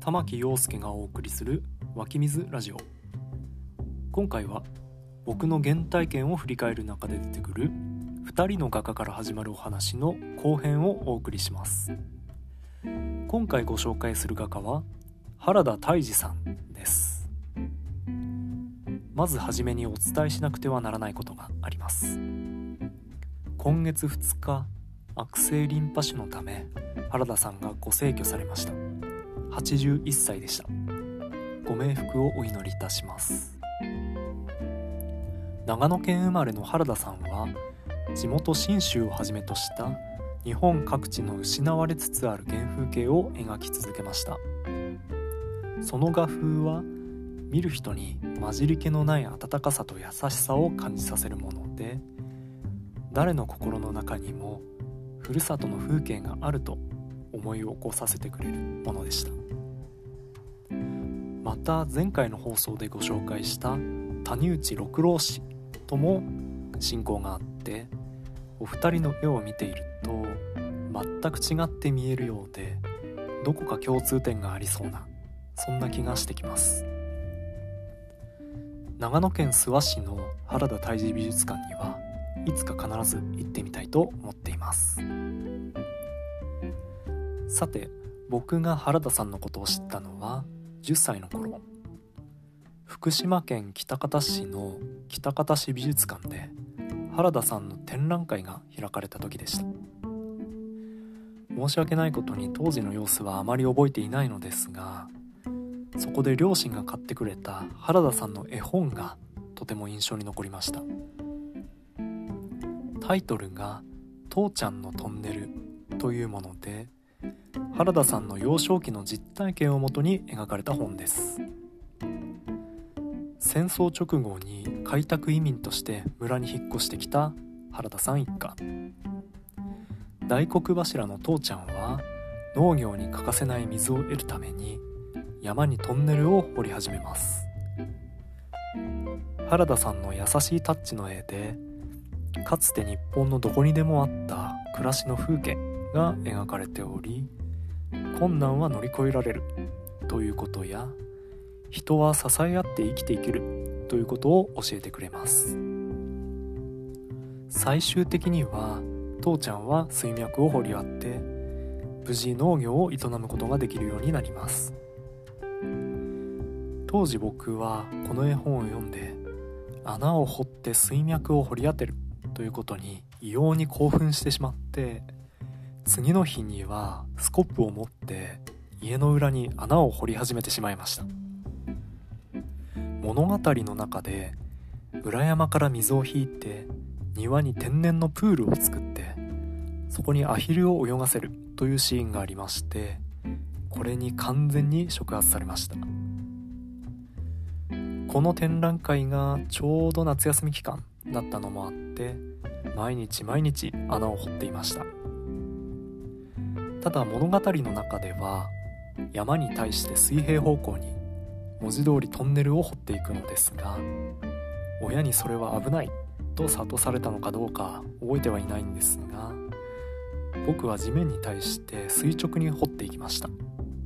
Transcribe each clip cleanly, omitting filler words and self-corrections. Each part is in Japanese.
玉木陽介がお送りする湧き水ラジオ。今回は僕の原体験を振り返る中で出てくる2人の画家から始まるお話の後編をお送りします。今回ご紹介する画家は原田泰治さんです。まずはじめにお伝えしなくてはならないことがあります。今月2日、悪性リンパ腫のため原田さんがご逝去されました。81歳でした。ご冥福をお祈りいたします。長野県生まれの原田さんは地元信州をはじめとした日本各地の失われつつある原風景を描き続けました。その画風は見る人に混じり気のない温かさと優しさを感じさせるもので、誰の心の中にもふるさとの風景があると思い起こさせてくれるものでした。また前回の放送でご紹介した谷内六郎氏とも親交があって、お二人の絵を見ていると全く違って見えるようで、どこか共通点がありそうな、そんな気がしてきます。長野県諏訪市の原田泰治美術館にはいつか必ず行ってみたいと思っています。さて、僕が原田さんのことを知ったのは10歳の頃、福島県喜多方市の喜多方市美術館で原田さんの展覧会が開かれた時でした。申し訳ないことに当時の様子はあまり覚えていないのですが、そこで両親が買ってくれた原田さんの絵本がとても印象に残りました。タイトルが父ちゃんのトンネルというもので、原田さんの幼少期の実体験をもとに描かれた本です。戦争直後に開拓移民として村に引っ越してきた原田さん一家。大黒柱の父ちゃんは農業に欠かせない水を得るために山にトンネルを掘り始めます。原田さんの優しいタッチの絵で、かつて日本のどこにでもあった暮らしの風景が描かれており、困難は乗り越えられるということや、人は支え合って生きていけるということを教えてくれます。最終的には父ちゃんは水脈を掘り割って無事農業を営むことができるようになります。当時僕はこの絵本を読んで、穴を掘って水脈を掘り当てるということに異様に興奮してしまって、次の日にはスコップを持って家の裏に穴を掘り始めてしまいました。物語の中で裏山から水を引いて庭に天然のプールを作って、そこにアヒルを泳がせるというシーンがありまして、これに完全に触発されました。この展覧会がちょうど夏休み期間だったのもあって、毎日毎日穴を掘っていました。ただ物語の中では山に対して水平方向に文字通りトンネルを掘っていくのですが、親にそれは危ないと諭されたのかどうか覚えてはいないんですが、僕は地面に対して垂直に掘っていきました。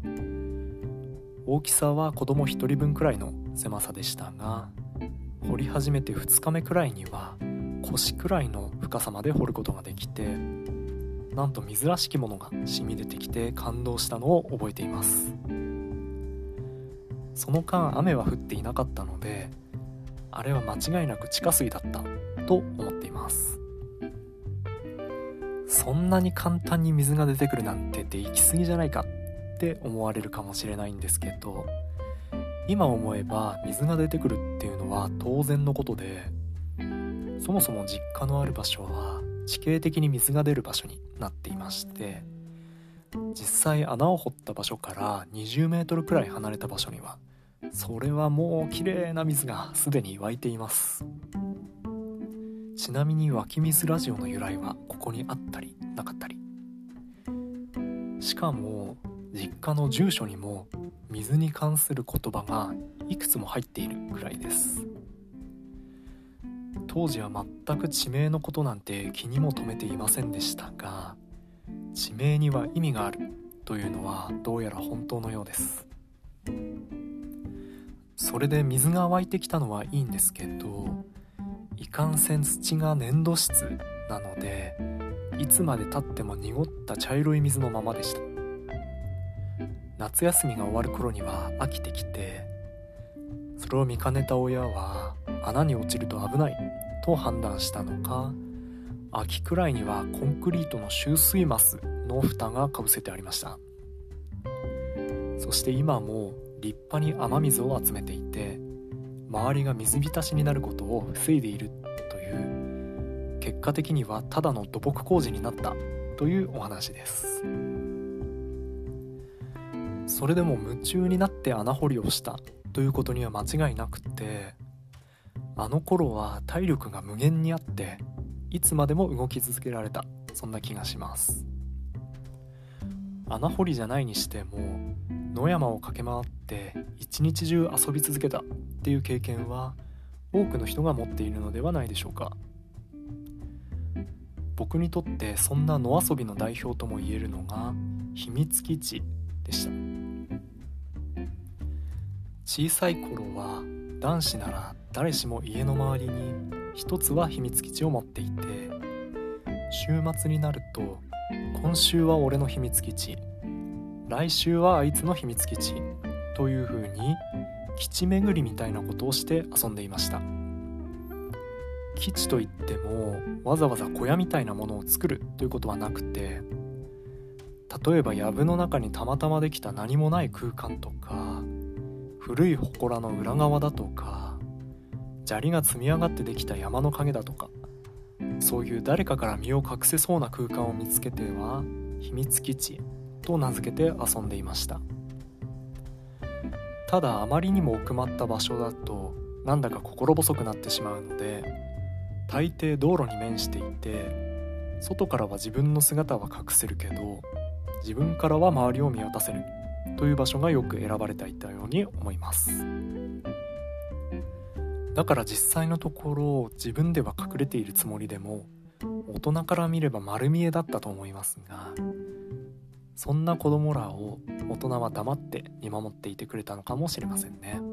大きさは子供1人分くらいの狭さでしたが、掘り始めて2日目くらいには腰くらいの深さまで掘ることができて、なんと水らしきものが染み出てきて感動したのを覚えています。その間雨は降っていなかったので、あれは間違いなく地下水だったと思っています。そんなに簡単に水が出てくるなんてで行き過ぎじゃないかって思われるかもしれないんですけど、今思えば水が出てくるっていうのは当然のことで、そもそも実家のある場所は地形的に水が出る場所になっていまして、実際穴を掘った場所から20メートルくらい離れた場所には、それはもう綺麗な水がすでに湧いています。ちなみに湧き水ラジオの由来はここにあったりなかったり、しかも実家の住所にも水に関する言葉がいくつも入っているくらいです。当時は全く地名のことなんて気にも留めていませんでしたが、地名には意味があるというのはどうやら本当のようです。 それで水が湧いてきたのはいいんですけど、いかんせん土が粘土質なので、いつまで経っても濁った茶色い水のままでした。夏休みが終わる頃には飽きてきて、それを見かねた親は穴に落ちると危ないと判断したのか、秋くらいにはコンクリートの集水マスの蓋がかぶせてありました。そして今も立派に雨水を集めていて、周りが水浸しになることを防いでいるという、結果的にはただの土木工事になったというお話です。それでも夢中になって穴掘りをしたということには間違いなくて、あの頃は体力が無限にあっていつまでも動き続けられた、そんな気がします。穴掘りじゃないにしても野山を駆け回って一日中遊び続けたっていう経験は多くの人が持っているのではないでしょうか。僕にとってそんな野遊びの代表とも言えるのが秘密基地でした。小さい頃は男子なら誰しも家の周りに一つは秘密基地を持っていて、週末になると今週は俺の秘密基地、来週はあいつの秘密基地という風に基地巡りみたいなことをして遊んでいました。基地といってもわざわざ小屋みたいなものを作るということはなくて、例えば藪の中にたまたまできた何もない空間とか、古い祠の裏側だとか、砂利が積み上がってできた山の陰だとか、そういう誰かから身を隠せそうな空間を見つけては秘密基地と名付けて遊んでいました。ただあまりにも奥まった場所だとなんだか心細くなってしまうので、大抵道路に面していて、外からは自分の姿は隠せるけど自分からは周りを見渡せるという場所がよく選ばれていたように思います。だから実際のところ自分では隠れているつもりでも大人から見れば丸見えだったと思いますが、そんな子供らを大人は黙って見守っていてくれたのかもしれませんね。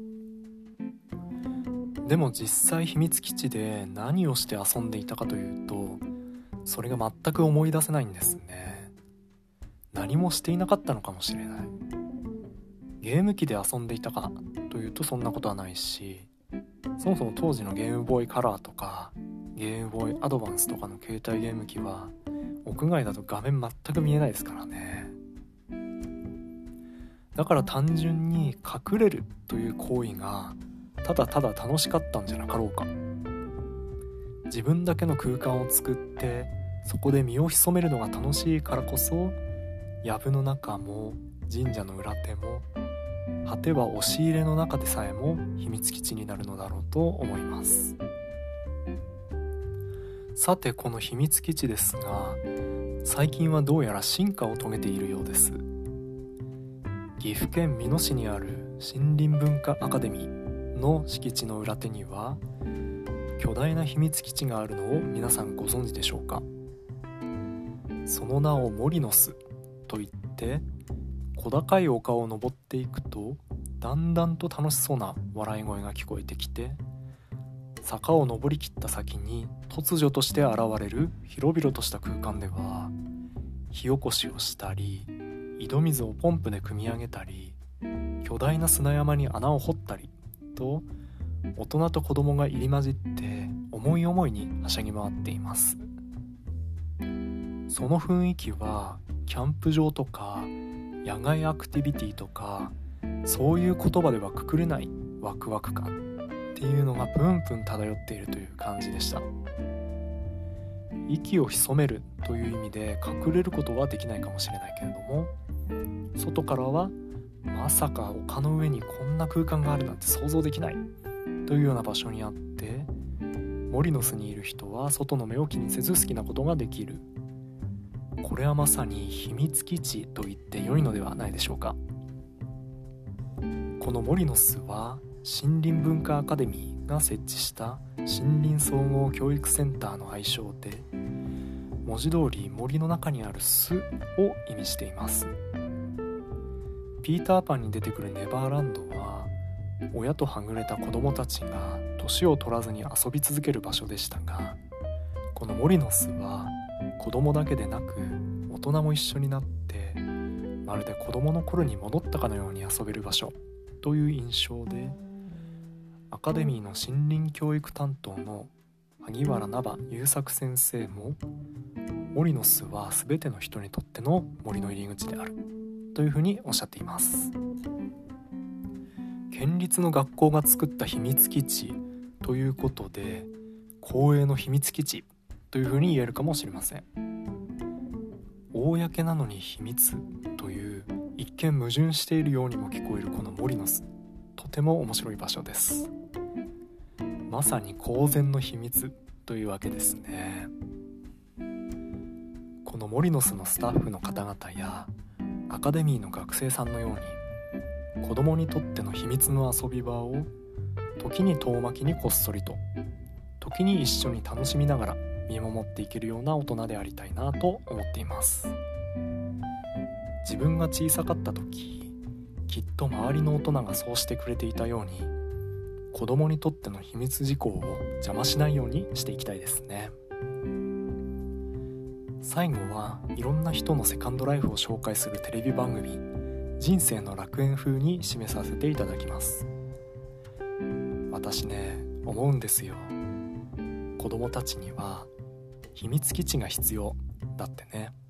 でも実際秘密基地で何をして遊んでいたかというと、それが全く思い出せないんですね。何もしていなかったのかもしれない。ゲーム機で遊んでいたかというとそんなことはないし、そもそも当時のゲームボーイカラーとかゲームボーイアドバンスとかの携帯ゲーム機は屋外だと画面全く見えないですからね。だから単純に隠れるという行為がただただ楽しかったんじゃなかろうか。自分だけの空間を作ってそこで身を潜めるのが楽しいからこそ、藪の中も神社の裏手も果ては押し入れの中でさえも秘密基地になるのだろうと思います。さてこの秘密基地ですが、最近はどうやら進化を遂げているようです。岐阜県美濃市にある森林文化アカデミーの敷地の裏手には巨大な秘密基地があるのを皆さんご存知でしょうか。その名をモリノスといって、小高い丘を登っていくとだんだんと楽しそうな笑い声が聞こえてきて、坂を登りきった先に突如として現れる広々とした空間では、火起こしをしたり井戸水をポンプで汲み上げたり、巨大な砂山に穴を掘ったりと、大人と子供が入り混じって思い思いにはしゃぎ回っています。その雰囲気はキャンプ場とか野外アクティビティとか、そういう言葉ではくくれないワクワク感っていうのがプンプン漂っているという感じでした。息を潜めるという意味で隠れることはできないかもしれないけれども、外からはまさか丘の上にこんな空間があるなんて想像できないというような場所にあって、モリノスにいる人は外の目を気にせず好きなことができる。これはまさに秘密基地と言って良いのではないでしょうか。このモリノスは森林文化アカデミーが設置した森林総合教育センターの愛称で、文字通り森の中にある巣を意味しています。 ピーターパンに出てくるネバーランドは親とはぐれた子供たちが年を取らずに遊び続ける場所でしたが、このモリノスは子供だけでなく大人も一緒になってまるで子供の頃に戻ったかのように遊べる場所という印象で、アカデミーの森林教育担当の萩原ナバ優作先生も、モリノスは全ての人にとっての森の入り口であるというふうにおっしゃっています。県立の学校が作った秘密基地ということで、公営の秘密基地というふうに言えるかもしれません。公なのに秘密という一見矛盾しているようにも聞こえるこのモリノス、とても面白い場所です。まさに公然の秘密というわけですね。このモリノスのスタッフの方々やアカデミーの学生さんのように、子供にとっての秘密の遊び場を時に遠巻きにこっそりと、時に一緒に楽しみながら見守っていけるような大人でありたいなと思っています。自分が小さかった時、きっと周りの大人がそうしてくれていたように、子供にとっての秘密事項を邪魔しないようにしていきたいですね。最後はいろんな人のセカンドライフを紹介するテレビ番組、人生の楽園風に締めさせていただきます。私ね、思うんですよ。子供たちには秘密基地が必要だってね。